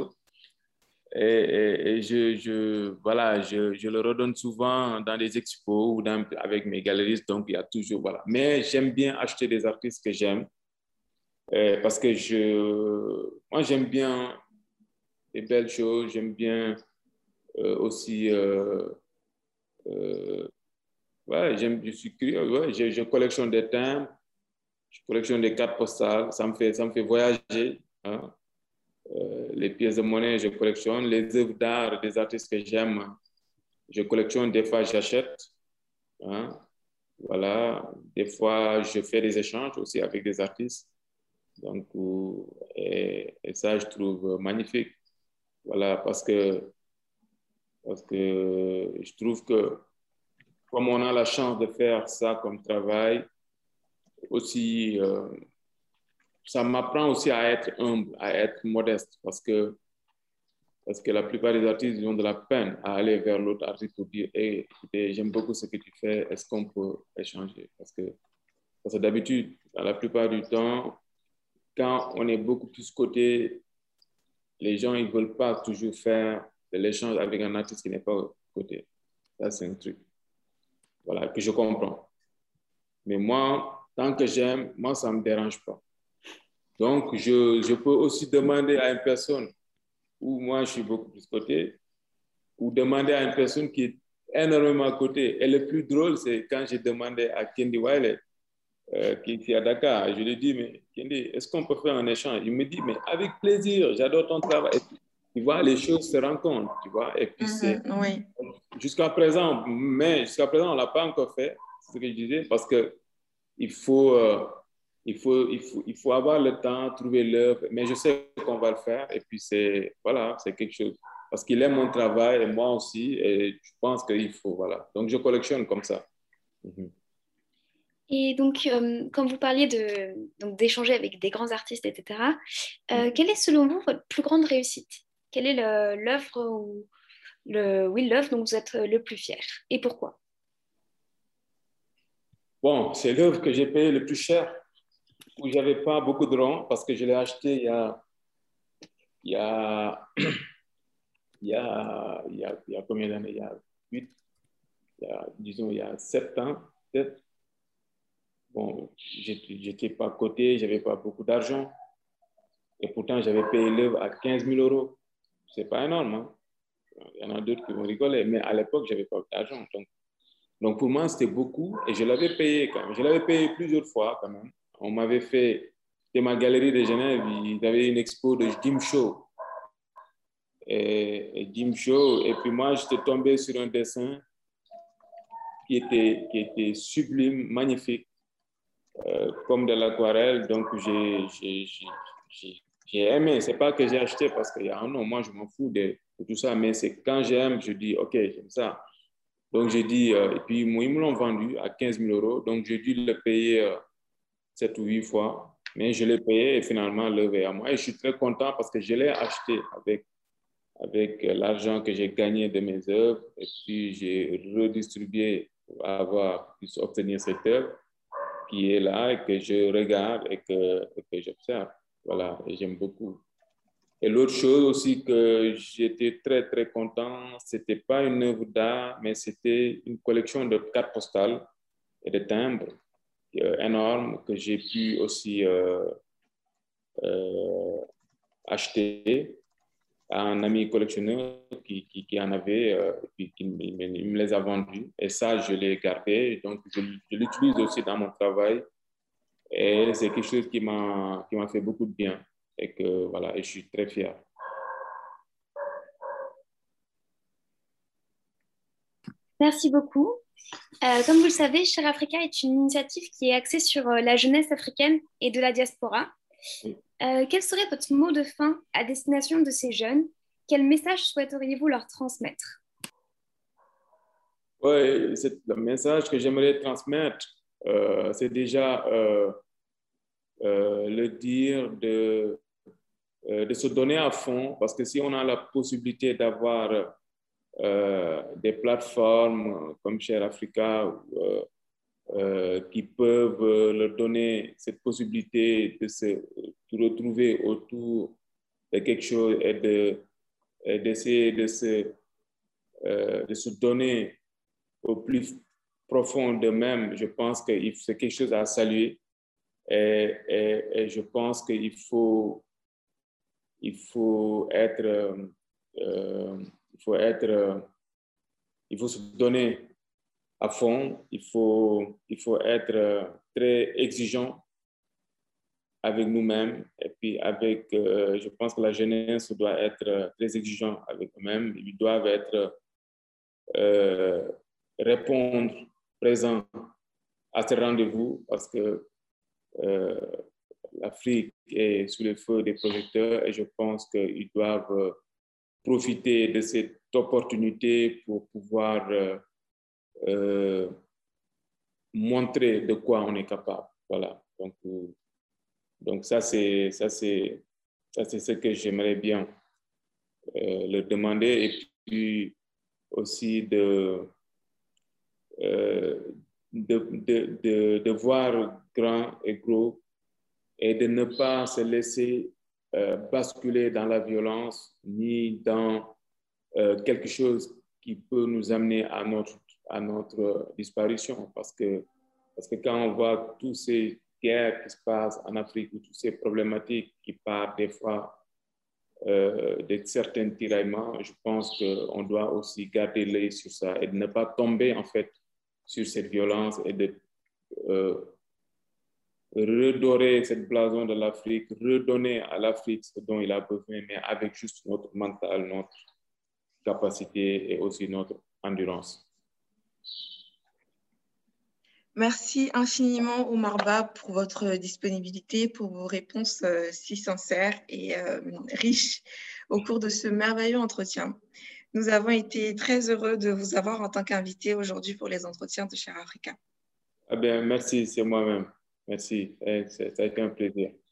Et voilà, je le redonne souvent dans des expos ou avec mes galeristes, donc il y a toujours, voilà. Mais j'aime bien acheter des artistes que j'aime parce que moi, j'aime bien les belles choses, j'aime bien aussi, ouais, je suis curieux, ouais, je collectionne des timbres, je collectionne des cartes postales, ça me fait voyager, hein. Les pièces de monnaie, je collectionne. Les œuvres d'art des artistes que j'aime, je collectionne. Des fois, j'achète, hein. Voilà. Des fois, je fais des échanges aussi avec des artistes. Donc, et ça, je trouve magnifique. Voilà, parce que je trouve que comme on a la chance de faire ça comme travail, aussi, ça m'apprend aussi à être humble, à être modeste, parce que la plupart des artistes ils ont de la peine à aller vers l'autre artiste pour dire hey, écoutez, j'aime beaucoup ce que tu fais, est-ce qu'on peut échanger? Parce que d'habitude, dans la plupart du temps, quand on est beaucoup plus côté, les gens ils ne veulent pas toujours faire de l'échange avec un artiste qui n'est pas côté. Ça, c'est un truc, voilà, que je comprends. Mais moi, tant que j'aime, moi, ça ne me dérange pas. Donc, je peux aussi demander à une personne où moi, je suis beaucoup plus côté, ou demander à une personne qui est énormément à côté. Et le plus drôle, c'est quand j'ai demandé à Kendi Wiley, qui est ici à Dakar, je lui ai dit, mais Kendi, est-ce qu'on peut faire un échange? Il me dit, mais avec plaisir, j'adore ton travail. Et puis, tu vois, les choses se rencontrent, tu vois. Et puis, Oui. jusqu'à présent, on ne l'a pas encore fait, c'est ce que je disais, parce que il faut avoir le temps, trouver l'heure, mais je sais qu'on va le faire. Et puis, voilà, c'est quelque chose. Parce qu'il aime mon travail et moi aussi, et je pense qu'il faut, voilà. Donc, je collectionne comme ça. Et donc, quand vous parliez d'échanger avec des grands artistes, etc., quelle est selon vous votre plus grande réussite? Quelle est l'œuvre l'œuvre dont vous êtes le plus fier? Et pourquoi? Bon, c'est l'œuvre que j'ai payée le plus cher, où j'avais pas beaucoup de ronds, parce que je l'ai acheté il y a, il y a combien d'années? Il y a 8, disons, il y a 7 ans, peut-être. Bon, j'étais pas coté, j'avais pas beaucoup d'argent. Et pourtant, j'avais payé l'œuvre à 15 000 euros. C'est pas énorme, hein? Il y en a d'autres qui vont rigoler, mais à l'époque, j'avais pas d'argent. Donc, pour moi, c'était beaucoup et je l'avais payé quand même. Je l'avais payé plusieurs fois quand même. On m'avait fait, c'était ma galerie de Genève, il y avait une expo de Jim Shaw. Et Jim Shaw, et puis moi, j'étais tombé sur un dessin qui était sublime, magnifique, comme de l'aquarelle. Donc, j'ai aimé. C'est pas que j'ai acheté parce qu'il y a un nom, moi, je m'en fous de tout ça, mais c'est quand j'aime, je dis, OK, j'aime ça. Donc, j'ai dit, et puis ils me l'ont vendu à 15 000 euros. Donc, j'ai dû le payer 7 ou 8 fois. Mais je l'ai payé et finalement, l'œuvre est à moi. Et je suis très content parce que je l'ai acheté avec l'argent que j'ai gagné de mes œuvres. Et puis, j'ai redistribué pour pu obtenir cette œuvre qui est là et que je regarde et que j'observe. Voilà, et j'aime beaucoup. Et l'autre chose aussi que j'étais très, très content, ce n'était pas une œuvre d'art, mais c'était une collection de cartes postales et de timbres énormes que j'ai pu aussi acheter à un ami collectionneur qui en avait, et qui me les a vendus. Et ça, je l'ai gardé. Donc, je l'utilise aussi dans mon travail. Et c'est quelque chose qui m'a fait beaucoup de bien. et que voilà, et je suis très fier. Merci beaucoup. Comme vous le savez, Cher Africa est une initiative qui est axée sur la jeunesse africaine et de la diaspora. Oui. Quel serait votre mot de fin à destination de ces jeunes? Quel message souhaiteriez-vous leur transmettre? Oui, le message que j'aimerais transmettre, c'est déjà le dire de se donner à fond, parce que si on a la possibilité d'avoir des plateformes comme Cher Africa qui peuvent leur donner cette possibilité de se retrouver autour de quelque chose et d'essayer de se donner au plus profond d'eux-mêmes, je pense que c'est quelque chose à saluer et je pense qu'il faut être il faut se donner à fond, il faut être très exigeant avec nous-mêmes et puis avec, je pense que la jeunesse doit être très exigeant avec eux-mêmes, ils doivent être, répondre présent à ces rendez-vous parce que l'Afrique est sous le feu des projecteurs et je pense qu'ils doivent profiter de cette opportunité pour pouvoir montrer de quoi on est capable. Voilà. Donc ça, c'est ce que j'aimerais bien leur demander et puis aussi de voir grand et gros et de ne pas se laisser basculer dans la violence ni dans quelque chose qui peut nous amener à notre disparition. Parce que quand on voit toutes ces guerres qui se passent en Afrique ou toutes ces problématiques qui partent des fois de certains tiraillements, je pense qu'on doit aussi garder l'œil sur ça et de ne pas tomber en fait sur cette violence et de redorer cette blason de l'Afrique, redonner à l'Afrique ce dont il a besoin, mais avec juste notre mental, notre capacité et aussi notre endurance. Merci infiniment, Omar Ba, pour votre disponibilité, pour vos réponses si sincères et riches au cours de ce merveilleux entretien. Nous avons été très heureux de vous avoir en tant qu'invité aujourd'hui pour les entretiens de Cher Africa. Ah bien, merci, c'est moi-même. Merci, ça a été un plaisir.